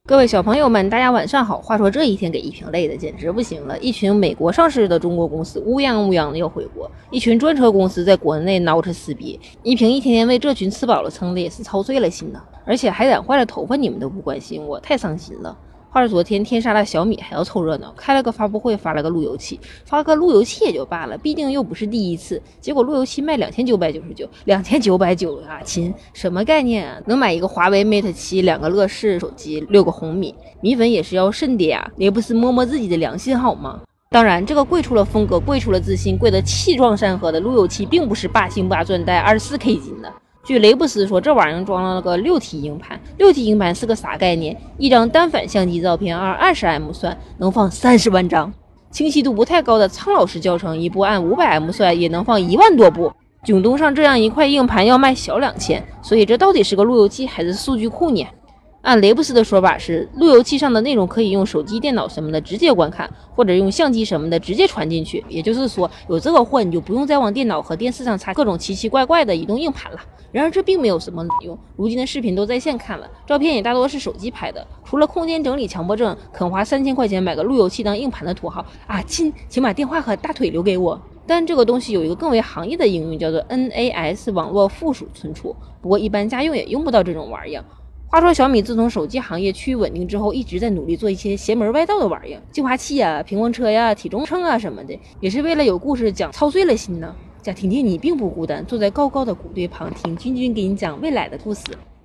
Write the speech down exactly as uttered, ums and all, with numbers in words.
各位小朋友们，大家晚上好。话说这一天给一平累的简直不行了，一群美国上市的中国公司乌泱乌泱的要回国，一群专车公司在国内闹着撕逼，一平一天天为这群吃饱了撑的也是操碎了心呐。而且还染坏了头发，你们都不关心我，太伤心了。话说昨天天杀了小米还要凑热闹，开了个发布会，发了个路由器，发个路由器也就罢了，毕竟又不是第一次。结果路由器卖两千九百九十九，两千九百九啊，亲，什么概念啊？能买一个华为 Mate 七，两个乐视手机，六个红米，米粉也是要慎点啊，也不是摸摸自己的良心好吗？当然，这个贵出了风格，贵出了自信，贵得气壮山河的路由器，并不是八星八钻带 二十四 K 金的。据雷布斯说，这玩意儿装了个六 T 硬盘，六 T 硬盘是个啥概念？一张单反相机照片按二十 M 算，能放三十万张；清晰度不太高的苍老师教程，一部按五百 M 算，也能放一万多部。囧东上这样一块硬盘要卖小两千，所以这到底是个路由器还是数据库呢？按雷布斯的说法是，路由器上的内容可以用手机、电脑什么的直接观看，或者用相机什么的直接传进去。也就是说，有这个货你就不用再往电脑和电视上插各种奇奇怪怪的移动硬盘了。然而这并没有什么用，如今的视频都在线看了，照片也大多是手机拍的。除了空间整理强迫症，肯花三千块钱买个路由器当硬盘的土豪啊，亲，请把电话和大腿留给我。但这个东西有一个更为行业的应用，叫做 N A S 网络附属存储，不过一般家用也用不到这种玩意儿。话说小米自从手机行业趋于稳定之后，一直在努力做一些邪门外道的玩意儿，净化器啊、平衡车呀、体重秤啊什么的，也是为了有故事讲，操碎了心呢。贾婷婷，你并不孤单，坐在高高的谷堆旁，听君君给你讲未来的故事。